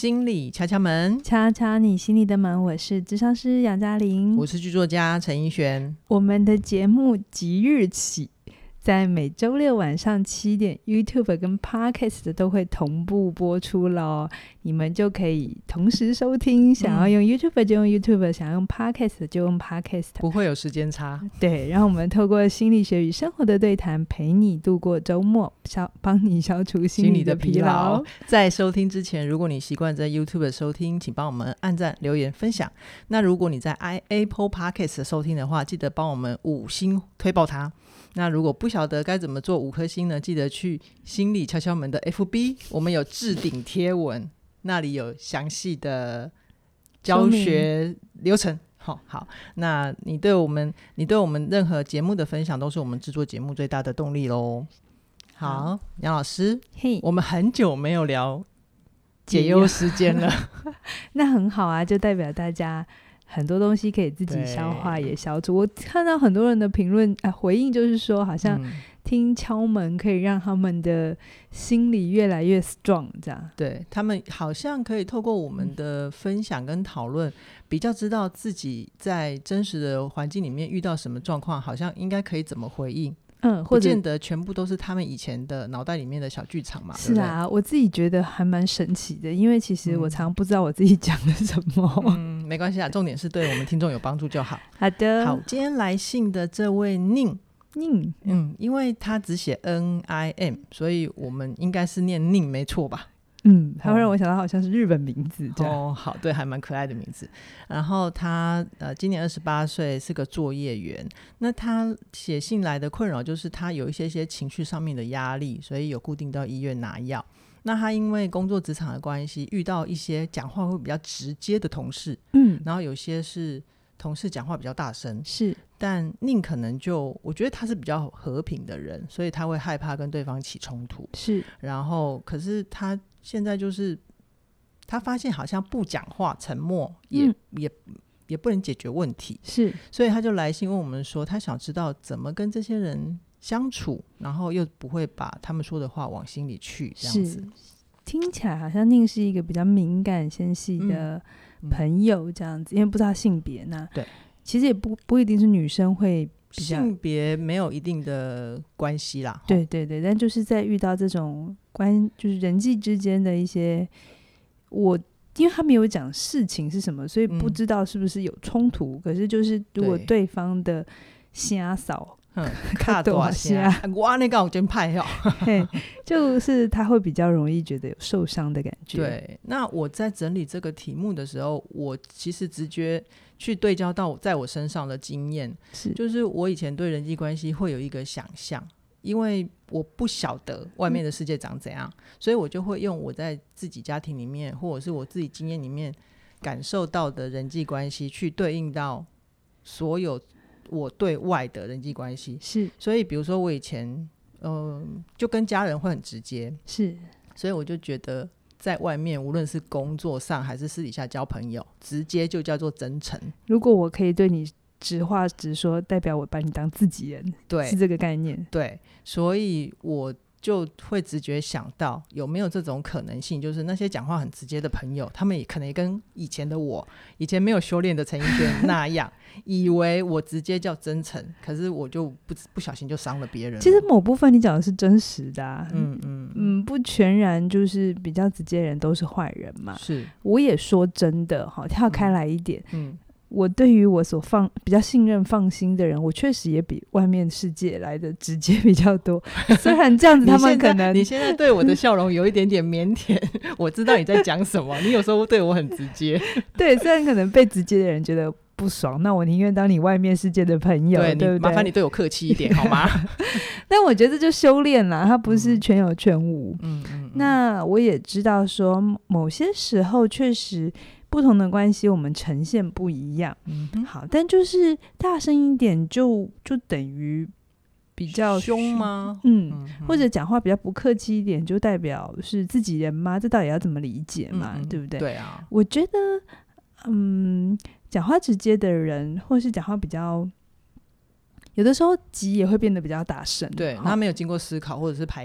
心理敲敲门， 敲敲你心里的门。我是諮商師杨嘉玲， 我是剧作家陈奕璇。 我们的节目即日起在每周六晚上7点 YouTube 跟 Podcast 都会同步播出咯，你们就可以同时收听，想要用 YouTube 就用 YouTube，想要用 Podcast 就用 Podcast， 不会有时间差。 对，让我们透过心理学与生活的对谈，陪你度过周末，帮你消除心理的疲劳。 在收听之前，如果你习惯在 YouTube 收听，请帮我们按赞、留言、分享。那如果你在 Apple Podcast 收听的话，记得帮我们5星推爆它。那如果不晓得该怎么做5颗星呢，记得去心理敲敲门的 FB， 我们有置顶贴文，那里有详细的教学流程。好，那你对我们任何节目的分享都是我们制作节目最大的动力咯。好，杨老师，我们很久没有聊解忧时间了那很好啊，就代表大家很多东西可以自己消化也消除。我看到很多人的评论回应就是说，好像听敲门可以让他们的心理越来越 strong 这样。 对，他们好像可以透过我们的分享跟讨论，比较知道自己在真实的环境里面遇到什么状况，好像应该可以怎么回应。不见得全部都是他们以前的脑袋里面的小剧场嘛。 是啊，我自己觉得还蛮神奇的，因为其实我常不知道我自己讲了什么。 没关系啊，重点是对我们听众有帮助就好。 好的， 好，今天来信的这位宁，因为他只写 NIM， 所以我们应该是念宁没错吧？ 他会让我想到好像是日本名字这样。 好，对，还蛮可爱的名字。然后他今年28岁，是个作业员。那他写信来的困扰就是他有一些情绪上面的压力，所以有固定到医院拿药。那他因为工作职场的关系，遇到一些讲话会比较直接的同事，然后有些是同事讲话比较大声， 是，但宁可能我觉得他是比较和平的人，所以他会害怕跟对方起冲突， 是。 然后可是他现在就是他发现好像不讲话沉默也不能解决问题， 是， 所以他就来信问我们说，他想知道怎么跟这些人相处，然后又不会把他们说的话往心里去，这样子。 听起来好像宁是一个比较敏感纤细的朋友这样子，因为不知道性别，那对， 其实也不一定是女生会比较， 性别没有一定的关系啦。 对对对，但就是在遇到这种就是人际之间的一些，因为他没有讲事情是什么，所以不知道是不是有冲突，可是就是如果对方的瞎扫卡大声，我那个有真派就是他会比较容易觉得有受伤的感觉。 对，那我在整理这个题目的时候，我其实直觉去对焦到在我身上的经验，就是我以前对人际关系会有一个想象，因为我不晓得外面的世界长怎样，所以我就会用我在自己家庭里面或者是我自己经验里面感受到的人际关系去对应到所有我对外的人际关系。 是， 所以比如说我以前就跟家人会很直接， 是， 所以我就觉得在外面无论是工作上还是私底下交朋友，直接就叫做真诚。 如果我可以对你直话直说，代表我把你当自己人， 对， 是这个概念。 对，所以我就会直觉想到有没有这种可能性，就是那些讲话很直接的朋友，他们也可能也跟以前的我，以前没有修炼的陈奕璇那样以为我直接叫真诚，可是我就不小心就伤了别人了。 其实某部分你讲的是真实的啊，不全然就是比较直接的人都是坏人嘛。是，我也说真的跳开来一点，我对于我所比较信任放心的人，我确实也比外面世界来的直接比较多。虽然这样子他们可能你现在对我的笑容有一点点腼腆我知道你在讲什么你有时候对我很直接对，虽然可能被直接的人觉得不爽，那我宁愿当你外面世界的朋友， 对不对？ 麻烦你对我客气一点好吗但我觉得这就修炼啦，它不是全有全无。那我也知道说某些时候确实不同的关系我们呈现不一样，好，但就是大声一点就等于比较凶吗？ 或者讲话比较不客气一点就代表是自己人吗？这到底要怎么理解嘛？对不对？对啊，我觉得讲话直接的人或是讲话比较有的时候急也会变得比较大声， 对，他没有经过思考或者是排列，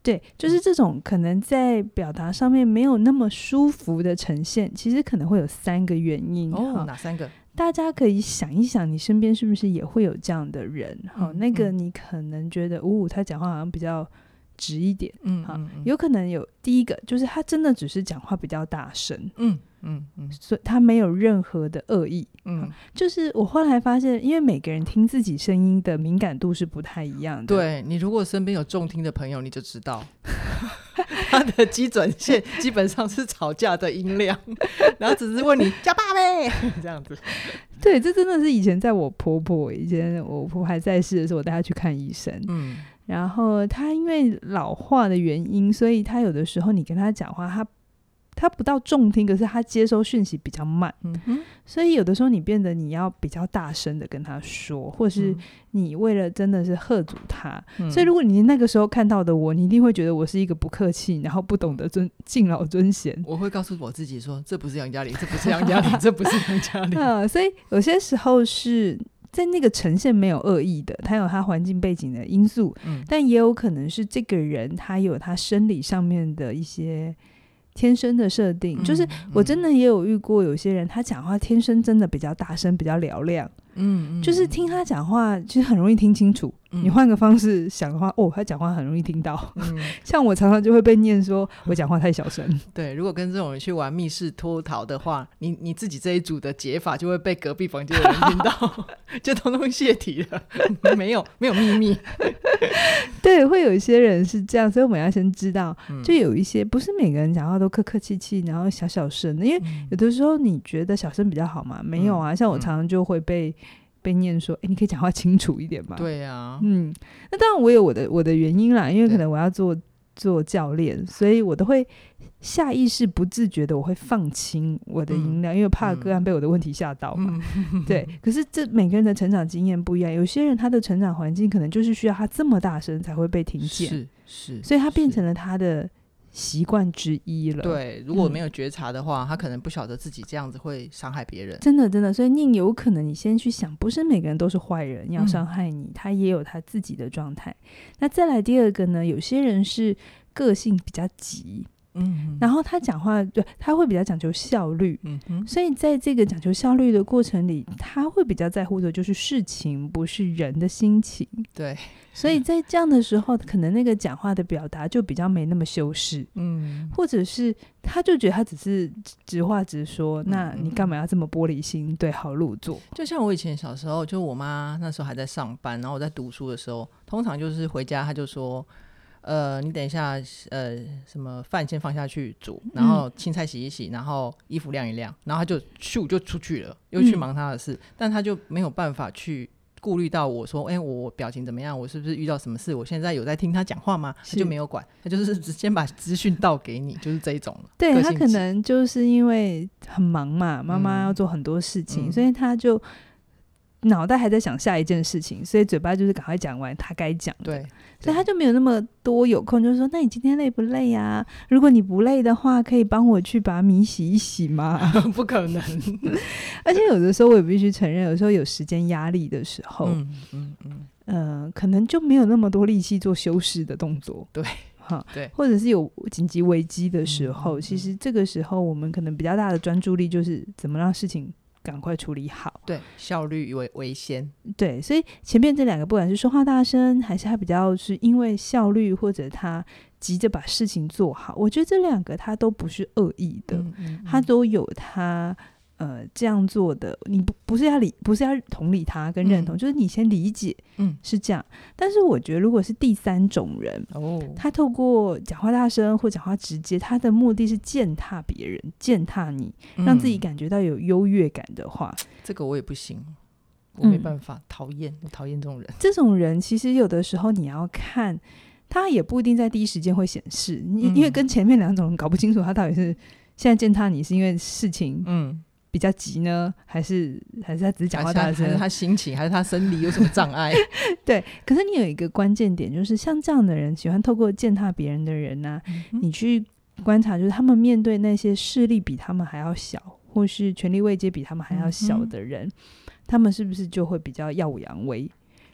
对，就是这种可能在表达上面没有那么舒服的呈现，其实可能会有3个原因。 哪3个？ 大家可以想一想，你身边是不是也会有这样的人？那个你可能觉得，他讲话好像比较直一点，有可能有第一个就是他真的只是讲话比较大声，所以他没有任何的恶意，就是我后来发现，因为每个人听自己声音的敏感度是不太一样的。 对，你如果身边有重听的朋友，你就知道他的基准线基本上是吵架的音量，然后只是问你叫爸呗这样子。 对，这真的是以前在我婆婆还在世的时候，我带她去看医生，然后她因为老化的原因，所以她有的时候你跟她讲话，他不到重听，可是他接收讯息比较慢，所以有的时候你变得你要比较大声的跟他说，或是你为了真的是喝阻他，所以如果你那个时候看到的我，你一定会觉得我是一个不客气，然后不懂得敬老尊贤。 我会告诉我自己说，这不是杨嘉玲，这不是杨嘉玲，这不是杨嘉玲。 所以有些时候是在那个呈现没有恶意的，他有他环境背景的因素，但也有可能是这个人他有他生理上面的一些天生的设定，就是我真的也有遇过有些人他讲话天生真的比较大声，比较嘹亮，就是听他讲话其实很容易听清楚，你换个方式想的话，他讲话很容易听到，像我常常就会被念说我讲话太小声。 对，如果跟这种人去玩密室脱逃的话，你自己这一组的解法就会被隔壁房间的人听到就通通泄题了没有秘密对，会有一些人是这样，所以我们要先知道，就有一些不是每个人讲话都客客气气然后小小声的，因为有的时候你觉得小声比较好嘛，没有啊，像我常常就会被念说你可以讲话清楚一点嘛。 对啊， 那当然我有我的原因啦，因为可能我要做教练，所以我都会下意识不自觉的我会放轻我的音量，因为怕个案被我的问题吓到嘛。对，可是这每个人的成长经验不一样，有些人他的成长环境可能就是需要他这么大声才会被听见，是，所以他变成了他的习惯之一了。 对，如果没有觉察的话，他可能不晓得自己这样子会伤害别人。 真的，所以宁有可能你先去想，不是每个人都是坏人要伤害你，他也有他自己的状态。那再来第二个呢，有些人是个性比较急，然后他讲话对他会比较讲究效率，所以在这个讲究效率的过程里，他会比较在乎的就是事情，不是人的心情。 对， 所以在这样的时候，可能那个讲话的表达就比较没那么修饰，或者是他就觉得他只是直话直说，那你干嘛要这么玻璃心对号入座？ 就像我以前小时候，就我妈那时候还在上班，然后我在读书的时候，通常就是回家她就说你等一下什么饭先放下去煮，然后青菜洗一洗，然后衣服晾一晾，然后他就咻就出去了，又去忙他的事，但他就没有办法去顾虑到我说我表情怎么样，我是不是遇到什么事，我现在有在听他讲话吗？他就没有管，他就是先把资讯倒给你，就是这一种。 对，他可能就是因为很忙嘛，妈妈要做很多事情，所以他就脑袋还在想下一件事情，所以嘴巴就是赶快讲完他该讲的。对，所以他就没有那么多有空，就是说那你今天累不累啊？如果你不累的话，可以帮我去把米洗一洗吗？ 不可能而且有的时候我也必须承认，有时候有时间压力的时候可能就没有那么多力气做修饰的动作。对，或者是有紧急危机的时候，其实这个时候我们可能比较大的专注力就是怎么让事情赶快处理好。 对，效率为先。 对，所以前面这两个不管是说话大声，还是他比较是因为效率，或者他急着把事情做好，我觉得这两个他都不是恶意的，他都有他这样做的，你不是要同理他跟认同，就是你先理解是这样。但是我觉得如果是第三种人，他透过讲话大声或讲话直接，他的目的是践踏别人，践踏你，让自己感觉到有优越感的话， 这个我也不行，我没办法，我讨厌这种人。 这种人其实有的时候你要看他也不一定在第一时间会显示，因为跟前面两种人搞不清楚他到底是现在践踏你是因为事情比较急呢，还是他只是讲话大声， 还是他心情，还是他生理有什么障碍对，可是你有一个关键点，就是像这样的人，喜欢透过践踏别人的人啊，你去观察，就是他们面对那些势力比他们还要小，或是权力位阶比他们还要小的人，他们是不是就会比较耀武扬威？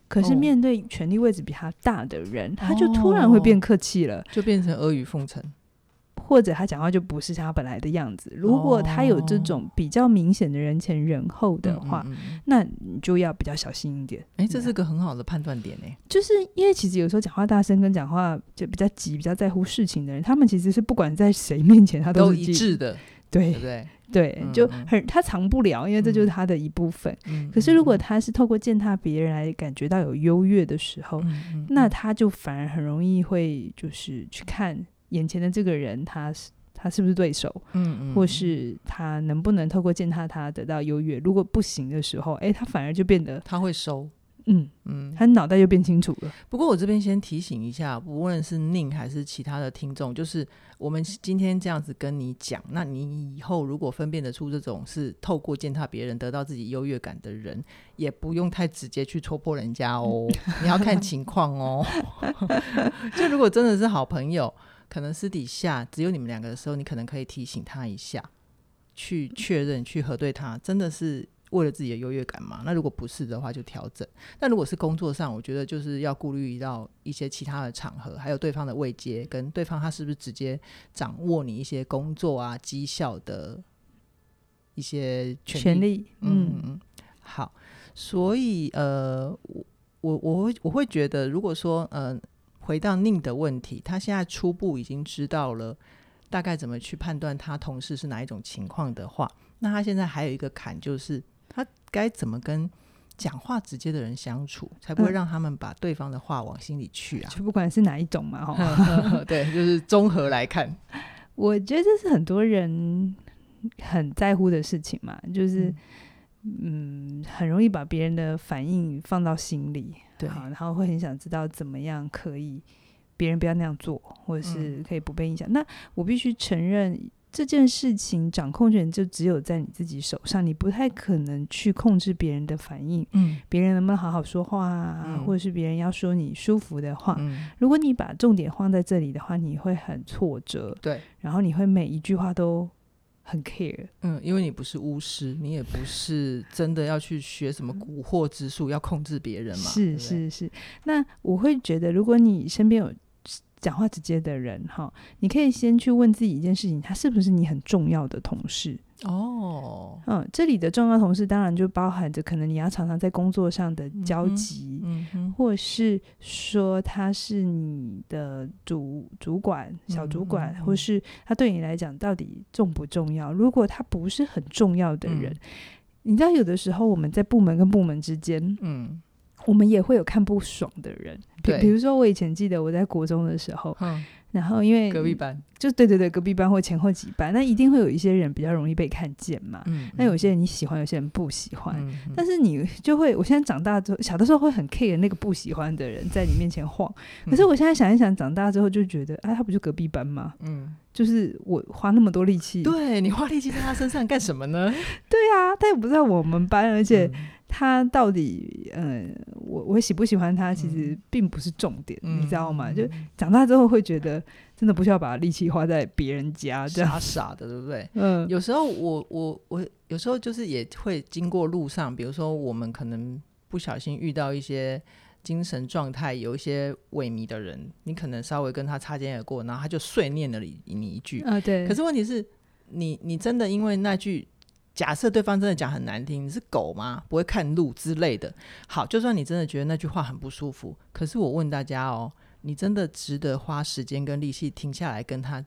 可是面对权力位置比他大的人，他就突然会变客气了， 就变成阿谀奉承， 或者他讲话就不是他本来的样子。如果他有这种比较明显的人前人后的话，那你就要比较小心一点。 这是个很好的判断点就是因为其实有时候讲话大声跟讲话就比较急比较在乎事情的人，他们其实是不管在谁面前他都是一致的， 对不对？ 对，就他藏不了，因为这就是他的一部分。可是如果他是透过践踏别人来感觉到有优越的时候，那他就反而很容易会就是去看眼前的这个人他是不是对手，或是他能不能透过践踏他得到优越。如果不行的时候，他反而就变得他会收， 他脑袋就变清楚了。 不过我这边先提醒一下，无论是宁还是其他的听众，就是我们今天这样子跟你讲，那你以后如果分辨得出这种是透过践踏别人得到自己优越感的人，也不用太直接去戳破人家哦，你要看情况哦。就如果真的是好朋友，可能私底下只有你们两个的时候，你可能可以提醒他一下，去确认去核对他真的是为了自己的优越感嘛？那如果不是的话就调整。但如果是工作上，我觉得就是要顾虑到一些其他的场合，还有对方的位阶跟对方他是不是直接掌握你一些工作啊绩效的一些权利。好，所以我会觉得，如果说回到宁的问题，他现在初步已经知道了大概怎么去判断他同事是哪一种情况的话，那他现在还有一个坎，就是他该怎么跟讲话直接的人相处，才不会让他们把对方的话往心里去啊。 就不管是哪一种嘛对，就是综合来看， 我觉得这是很多人很在乎的事情嘛，就是很容易把别人的反应放到心里，对，然后会很想知道怎么样可以别人不要那样做，或者是可以不被影响。那我必须承认，这件事情掌控权就只有在你自己手上，你不太可能去控制别人的反应，别人能不能好好说话啊，或者是别人要说你舒服的话，如果你把重点放在这里的话，你会很挫折，对，然后你会每一句话都很 care， 因为你不是巫师，你也不是真的要去学什么蛊惑之术要控制别人嘛， 是。那我会觉得，如果你身边有讲话直接的人，你可以先去问自己一件事情，他是不是你很重要的同事这里的重要同事当然就包含着可能你要常常在工作上的交集，或是说他是你的主管小主管，或是他对你来讲到底重不重要。如果他不是很重要的人，你知道有的时候我们在部门跟部门之间我们也会有看不爽的人，比如说我以前记得我在国中的时候，然后因为隔壁班就对隔壁班或前后几班，那一定会有一些人比较容易被看见嘛，那有些人你喜欢，有些人不喜欢，但是你就会，我现在长大之后，小的时候会很 care 那个不喜欢的人在你面前晃，可是我现在想一想，长大之后就觉得他不就隔壁班吗？就是我花那么多力气， 对，你花力气在他身上干什么呢？ 对啊，他也不在我们班，而且他到底我喜不喜欢他其实并不是重点，你知道吗？就长大之后会觉得真的不需要把力气花在别人家， 傻傻的，对不对？有时候我有时候就是也会经过路上，比如说我们可能不小心遇到一些精神状态有一些萎靡的人，你可能稍微跟他擦肩而过，然后他就碎念了你一句对。可是问题是你真的因为那句，假设对方真的讲很难听，你是狗吗？不会看路之类的。好，就算你真的觉得那句话很不舒服，可是我问大家你真的值得花时间跟力气停下来跟他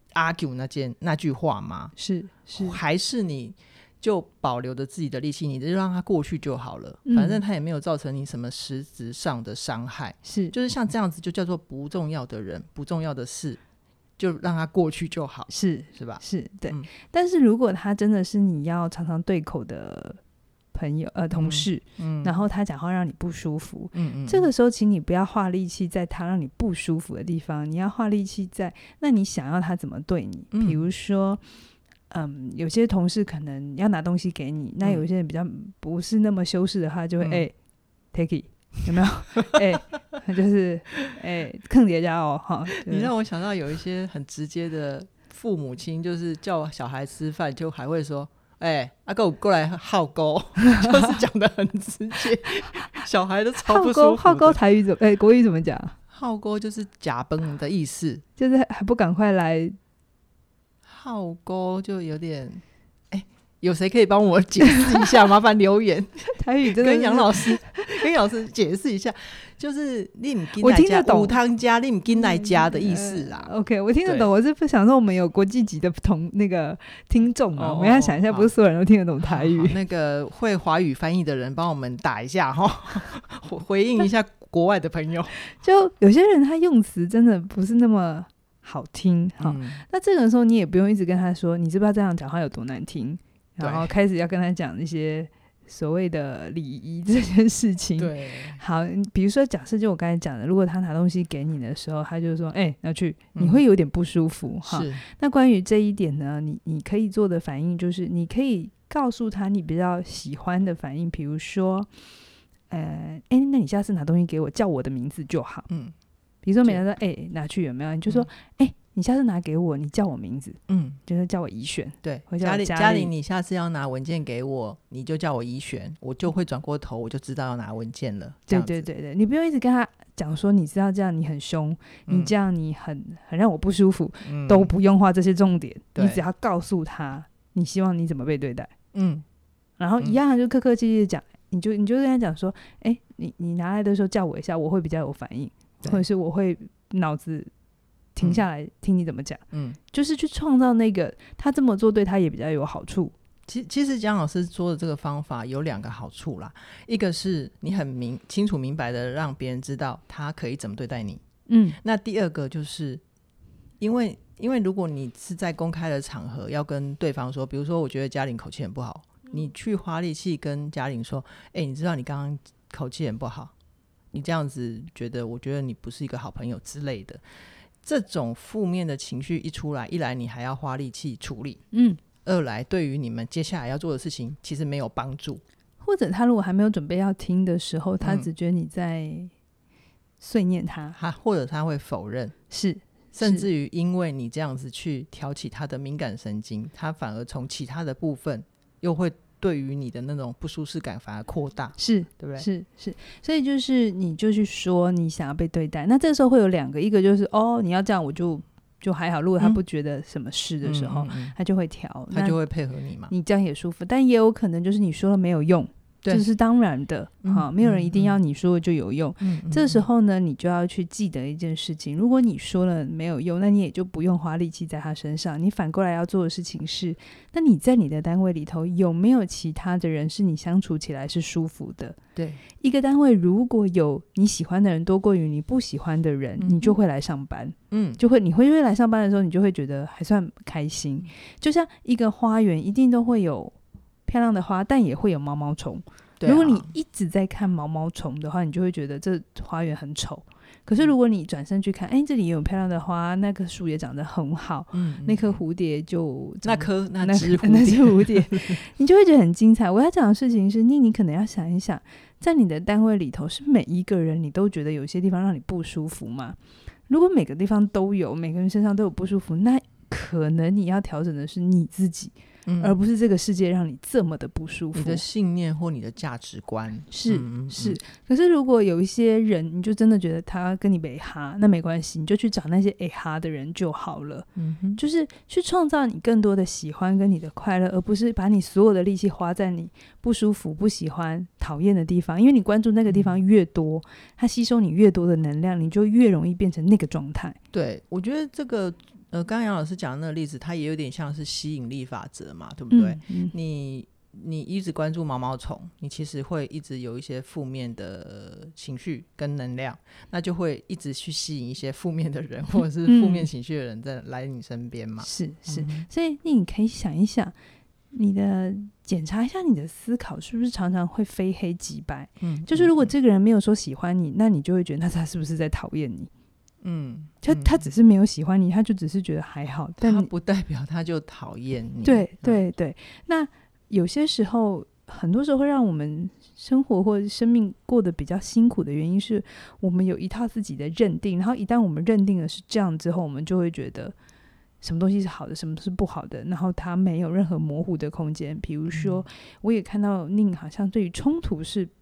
argue 那句话吗？是还是你就保留着自己的力气，你就让他过去就好了，反正他也没有造成你什么实质上的伤害，就是像这样子就叫做不重要的人不重要的事就让他过去就好，是吧？是，对。但是如果他真的是你要常常对口的朋友同事，然后他讲话让你不舒服，这个时候请你不要花力气在他让你不舒服的地方，你要花力气在那你想要他怎么对你，比如说有些同事可能要拿东西给你，那有些人比较不是那么修饰的话就会take it，有没有就是坑叠加你让我想到有一些很直接的父母亲，就是叫小孩吃饭就还会说阿狗过来耗沟就是讲得很直接小孩都超不舒服的。 好沟台语怎么国语怎么讲？ 好沟就是假崩的意思， 就是还不赶快来。 好沟就有点有谁可以帮我解释一下？麻烦留言。 台语真的跟杨老师解释一下，就是你不我听得懂五汤加你不进来加的意思啦。 OK， 我听得懂。我是不想说我们有国际级的那个听众嘛，我们要想一下，不是所有人都听得懂台语。 那个会华语翻译的人帮我们打一下哈，回应一下国外的朋友。 就有些人他用词真的不是那么好听哈，那这个时候你也不用一直跟他说，你知不知道这样讲话有多难听？然后开始要跟他讲一些所谓的礼仪这件事情。 对， 好，比如说假设就我刚才讲的，如果他拿东西给你的时候，他就说拿去，你会有点不舒服哈。那关于这一点呢，你可以做的反应就是你可以告诉他你比较喜欢的反应，比如说那你下次拿东西给我叫我的名字就好。比如说每人说拿去有没有，你就说你下次拿给我，你叫我名字，就是叫我怡璇。 对，嘉玲，你下次要拿文件给我，你就叫我怡璇，我就会转过头，我就知道要拿文件了。 对对对对，你不用一直跟他讲说，你知道这样你很凶，你这样你很让我不舒服，都不用画这些重点，你只要告诉他你希望你怎么被对待。然后一样就客客气气的讲，你就跟他讲说，你拿来的时候叫我一下，我会比较有反应，或者是我会脑子停下来听你怎么讲。就是去创造那个他这么做对他也比较有好处。 其实江老师说的这个方法有2个好处啦，一个是你很清楚明白的让别人知道他可以怎么对待你。那第2个就是因为如果你是在公开的场合要跟对方说，比如说我觉得嘉玲口气很不好，你去花力气跟嘉玲说你知道你刚刚口气很不好，你这样子我觉得你不是一个好朋友之类的，这种负面的情绪一出来，一来你还要花力气处理，2来对于你们接下来要做的事情其实没有帮助。 或者他如果还没有准备要听的时候，他只觉得你在碎念他， 或者他会否认，甚至于因为你这样子去挑起他的敏感神经，他反而从其他的部分又会对于你的那种不舒适感反而扩大， 对不对？是，所以就是你就去说你想要被对待，那这个时候会有2个，一个就是你要这样我就还好，如果他不觉得什么事的时候，他就会调， 他就会配合你嘛， 你这样也舒服。但也有可能就是你说了没有用，这是当然的，没有人一定要你说的就有用。这时候呢，你就要去记得一件事情，如果你说了没有用，那你也就不用花力气在他身上。你反过来要做的事情是，那你在你的单位里头有没有其他的人是你相处起来是舒服的？ 对， 一个单位如果有你喜欢的人多过于你不喜欢的人，你就会来上班。你会来上班的时候，你就会觉得还算开心。就像一个花园一定都会有漂亮的花，但也会有毛毛虫。如果你一直在看毛毛虫的话，你就会觉得这花园很丑。可是如果你转身去看，这里也有漂亮的花，那棵树也长得很好，那颗蝴蝶就那只蝴蝶你就会觉得很精彩。我要讲的事情是，你可能要想一想，在你的单位里头，是每一个人你都觉得有些地方让你不舒服吗？如果每个地方都有，每个人身上都有不舒服，那可能你要调整的是你自己，而不是这个世界让你这么的不舒服。 你的信念或你的价值观是。可是如果有一些人你就真的觉得他跟你没哈，那没关系，你就去找那些哈的人就好了。就是去创造你更多的喜欢跟你的快乐，而不是把你所有的力气花在你不舒服、不喜欢、讨厌的地方。因为你关注那个地方越多，它吸收你越多的能量，你就越容易变成那个状态。 对，我觉得这个刚刚杨老师讲的那个例子，它也有点像是吸引力法则嘛，对不对？你一直关注毛毛虫，你其实会一直有一些负面的情绪跟能量，那就会一直去吸引一些负面的人或者是负面情绪的人在来你身边嘛。 是，所以你可以想一想，检查一下你的思考是不是常常会非黑即白。就是如果这个人没有说喜欢你，那你就会觉得那他是不是在讨厌你？他只是没有喜欢你，他就只是觉得还好，但他不代表他就讨厌你。 对，那有些时候很多时候会让我们生活或者生命过得比较辛苦的原因是我们有一套自己的认定，然后一旦我们认定了是这样之后，我们就会觉得什么东西是好的，什么是不好的，然后它没有任何模糊的空间。比如说我也看到宁好像对于冲突是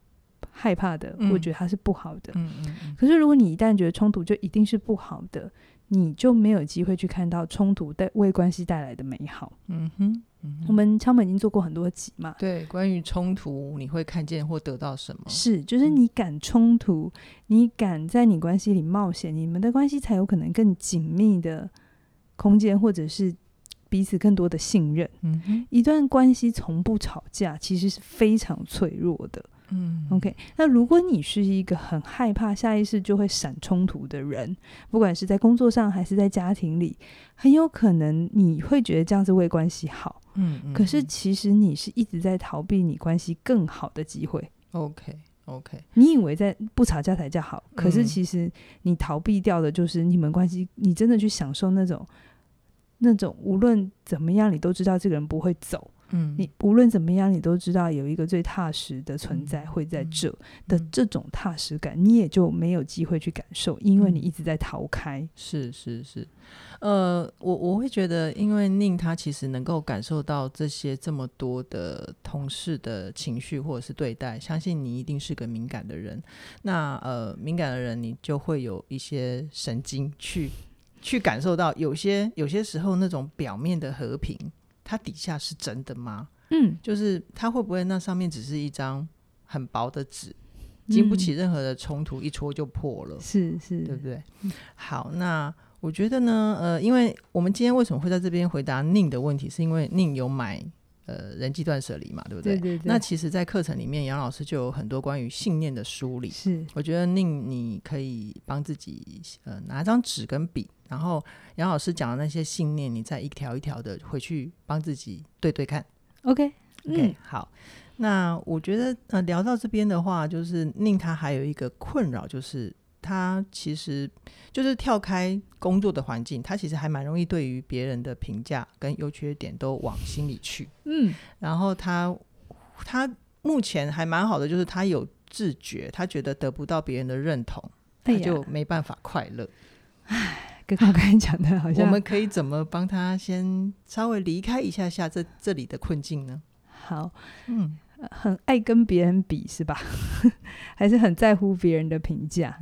害怕的，我觉得它是不好的。可是如果你一旦觉得冲突就一定是不好的，你就没有机会去看到冲突为关系带来的美好。我们敲门已经做过很多集嘛， 对，关于冲突你会看见或得到什么， 是就是你敢冲突，你敢在你关系里冒险，你们的关系才有可能更紧密的空间，或者是彼此更多的信任。一段关系从不吵架其实是非常脆弱的。OK， 那如果你是一个很害怕下意识就会闪冲突的人，不管是在工作上还是在家庭里，很有可能你会觉得这样子为关系好，可是其实你是一直在逃避你关系更好的机会。 OK， 你以为在不吵架才叫好，可是其实你逃避掉的就是你们关系，你真的去享受那种无论怎么样你都知道这个人不会走，你无论怎么样你都知道有一个最踏实的存在会在这的这种踏实感，你也就没有机会去感受，因为你一直在逃开。 是我会觉得，因为宁他其实能够感受到这么多的同事的情绪或者是对待，相信你一定是个敏感的人。那敏感的人你就会有一些神经去感受到有些时候那种表面的和平它底下是真的吗？就是它会不会那上面只是一张很薄的纸，经不起任何的冲突，一戳就破了， 是对不对？好，那我觉得呢因为我们今天为什么会在这边回答宁的问题，是因为宁有买人际断舍离嘛，对不对？ 对。 那其实在课程里面杨老师就有很多关于信念的梳理，是我觉得宁你可以帮自己拿一张纸跟笔，然后杨老师讲的那些信念你再一条一条的回去帮自己对看。 OK， 好，那我觉得聊到这边的话，就是宁他还有一个困扰，就是他其实就是跳开工作的环境，他其实还蛮容易对于别人的评价跟优缺点都往心里去。然后他目前还蛮好的，就是他有自觉，他觉得得不到别人的认同，他就没办法快乐。 跟我刚才讲的好像， 我们可以怎么帮他先稍微离开一下这里的困境呢？ 好，很爱跟别人比是吧？还是很在乎别人的评价？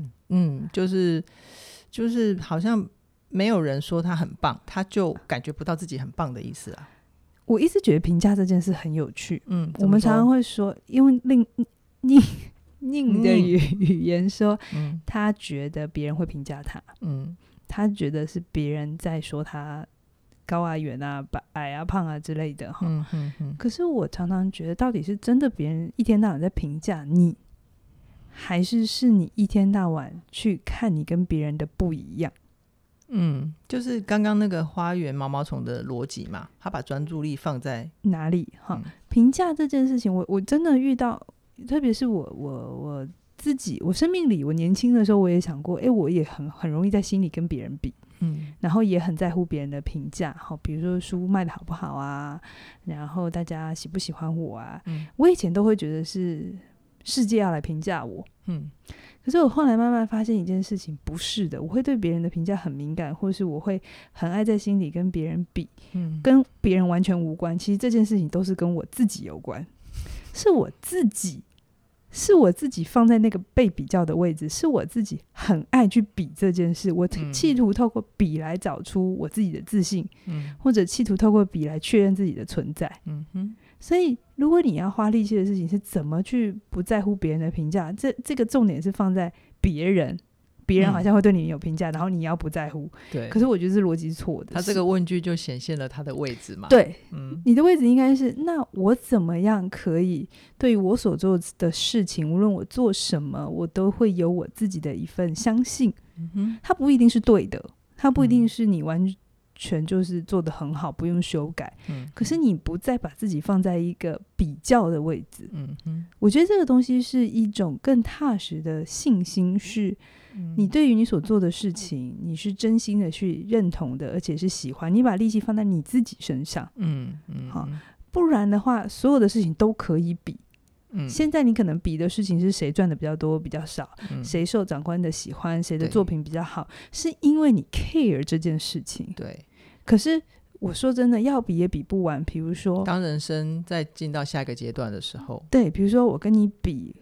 就是好像没有人说他很棒，他就感觉不到自己很棒的意思啊。 我一直觉得评价这件事很有趣。我们常常会说，因为宁的语言说，他觉得别人会评价他，他觉得是别人在说他高啊、远啊、矮啊、胖啊之类的。可是我常常觉得，到底是真的别人一天到晚在评价你，还是你一天到晚去看你跟别人的不一样？ 就是刚刚那个花园毛毛虫的逻辑嘛，他把专注力放在哪里？评价这件事情，我真的遇到，特别是我自己，我生命里，我年轻的时候我也想过，我也很容易在心里跟别人比，然后也很在乎别人的评价，比如说书卖的好不好啊，然后大家喜不喜欢我啊，我以前都会觉得是世界要来评价我，可是我后来慢慢发现一件事情，不是的，我会对别人的评价很敏感，或是我会很爱在心里跟别人比，跟别人完全无关，其实这件事情都是跟我自己有关，是我自己放在那个被比较的位置，是我自己很爱去比这件事，我企图透过比来找出我自己的自信，或者企图透过比来确认自己的存在。所以如果你要花力气的事情是怎么去不在乎别人的评价，这个重点是放在别人好像会对你有评价，然后你要不在乎。对，可是我觉得这逻辑是错的。 他这个问句就显现了他的位置嘛。 对，你的位置应该是，那我怎么样可以对于我所做的事情，无论我做什么，我都会有我自己的一份相信。它不一定是对的，它不一定是你完全就是做得很好，不用修改。可是你不再把自己放在一个比较的位置。我觉得这个东西是一种更踏实的信心，是你对于你所做的事情，你是真心的去认同的，而且是喜欢，你把力气放在你自己身上。不然的话，所有的事情都可以比。现在你可能比的事情是谁赚的比较多比较少，谁受长官的喜欢，谁的作品比较好，是因为你 care 这件事情。对，可是我说真的，要比也比不完。比如说当人生在进到下一个阶段的时候， 对，比如说我跟你比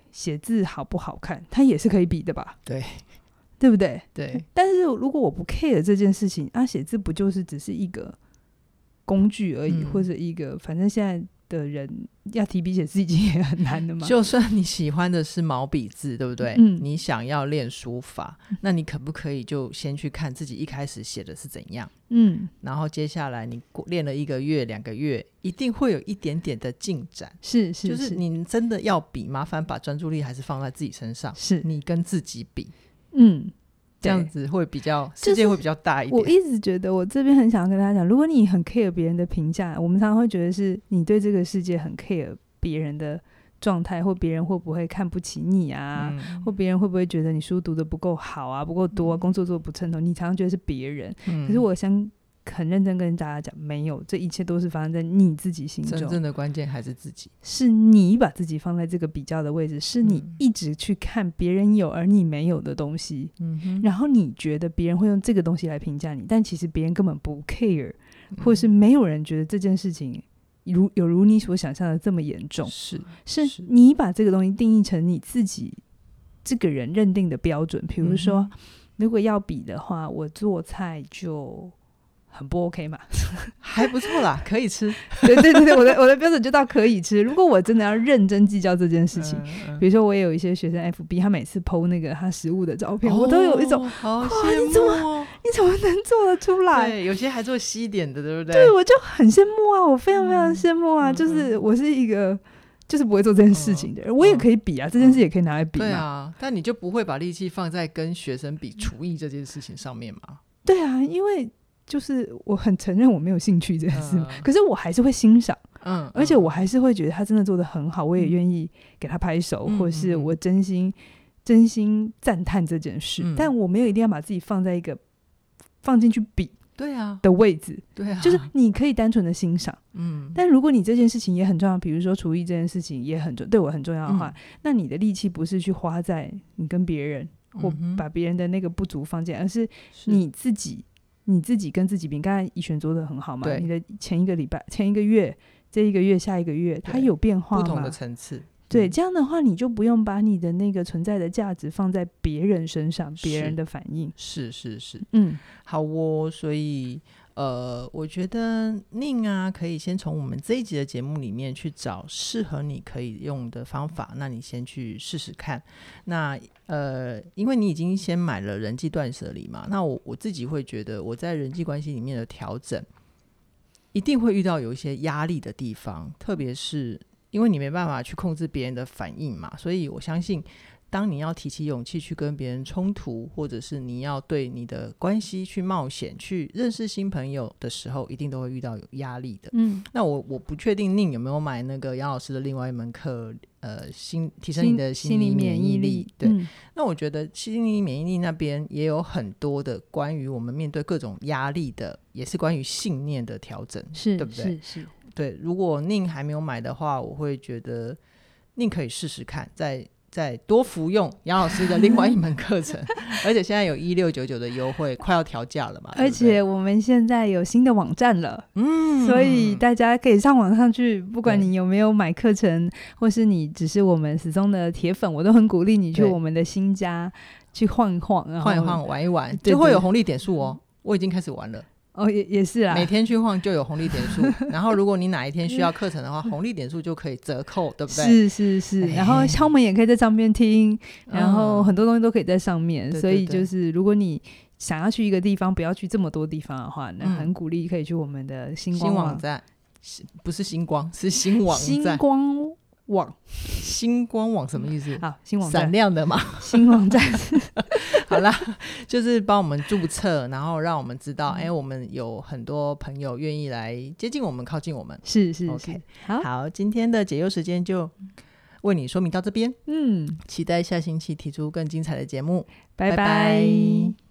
写字好不好看，它也是可以比的吧？对不对？ 对。 但是如果我不 care 这件事情，写字不就是只是一个工具而已，或者一个反正现在的人要提笔写字已经也很难的嘛。 就算你喜欢的是毛笔字，对不对？你想要练书法，那你可不可以就先去看自己一开始写的是怎样？然后接下来你练了1个月2个月，一定会有一点点的进展。 是就是你真的要比，麻烦把专注力还是放在自己身上， 是你跟自己比。这样子会比较世界会比较大一点。 我一直觉得我这边很想要跟大家讲，如果你很 care 别人的评价，我们常常会觉得是你对这个世界很 care 别人的状态，或别人会不会看不起你啊，或别人会不会觉得你书读得不够好啊，不够多，工作做得不称头，你常常觉得是别人。可是我很认真跟大家讲，没有，这一切都是发生在你自己心中， 真正的关键还是自己， 是你把自己放在这个比较的位置，是你一直去看别人有而你没有的东西，然后你觉得别人会用这个东西来评价你，但其实别人根本不 care，或是没有人觉得这件事情有如你所想象的这么严重，是你把这个东西定义成你自己这个人认定的标准。比如说如果要比的话，我做菜就很不 OK 嘛， 还不错啦，可以吃。 对，我的标准就到可以吃。如果我真的要认真计较这件事情，比如说我也有一些学生 FB， 他每次 po 那个他食物的照片，我都有一种好羡慕你怎么能做得出来？ 对，有些还做西点的，对不对？ 对，我就很羡慕啊，我非常非常羡慕啊。就是我是一个就是不会做这件事情的人，我也可以比啊，这件事也可以拿来比嘛。 对啊，但你就不会把力气放在跟学生比厨艺这件事情上面嘛？ 对啊，因为就是我很承认我没有兴趣这件事，可是我还是会欣赏，而且我还是会觉得他真的做得很好，我也愿意给他拍手，或是我真心赞叹这件事，但我没有一定要把自己放在一个放进去比的位置。 对啊， 就是你可以单纯的欣赏，但如果你这件事情也很重要，比如说厨艺这件事情也很对我很重要的话，那你的力气不是去花在你跟别人或把别人的那个不足放进来，而是你自己跟自己比。刚才怡璇做的很好嘛，你的前一个礼拜、前一个月、这一个月、下一个月，它有变化吗？ 不同的层次。 对，这样的话你就不用把你的那个存在的价值放在别人身上，别人的反应。 是，好哦。所以我觉得宁啊，可以先从我们这一集的节目里面去找适合你可以用的方法，那你先去试试看。那因为你已经先买了人际断舍离嘛，那我自己会觉得我在人际关系里面的调整一定会遇到有一些压力的地方，特别是因为你没办法去控制别人的反应嘛，所以我相信当你要提起勇气去跟别人冲突，或者是你要对你的关系去冒险，去认识新朋友的时候，一定都会遇到有压力的。那我不确定宁有没有买那个杨老师的另外一门课，提升你的心理免疫力。对，那我觉得心理免疫力那边也有很多的关于我们面对各种压力的，也是关于信念的调整，对不对？ 是。 对，如果宁还没有买的话，我会觉得宁可以试试看，再多服用杨老师的另外一门课程而且现在有1699的优惠，快要调价了嘛， 而且我们现在有新的网站了，所以大家可以上网上去，不管你有没有买课程，或是你只是我们始终的铁粉，我都很鼓励你去我们的新家去晃一晃， 玩一玩，就会有红利点数哦。我已经开始玩了。 也是啊， 每天去晃就有红利点数然后如果你哪一天需要课程的话红利点数就可以折扣，对不对？ 是然后敲门也可以在上面听，然后很多东西都可以在上面，所以就是如果你想要去一个地方不要去这么多地方的话，那很鼓励可以去我们的新网站， 不是星光，是新网站。星光网什么意思？ 新网站， 闪亮的嘛新网站好啦，就是帮我们注册，然后让我们知道我们有很多朋友愿意来接近我们，靠近我们。 是 OK， 好，今天的解忧时间就为你说明到这边，期待下星期提出更精彩的节目，拜拜。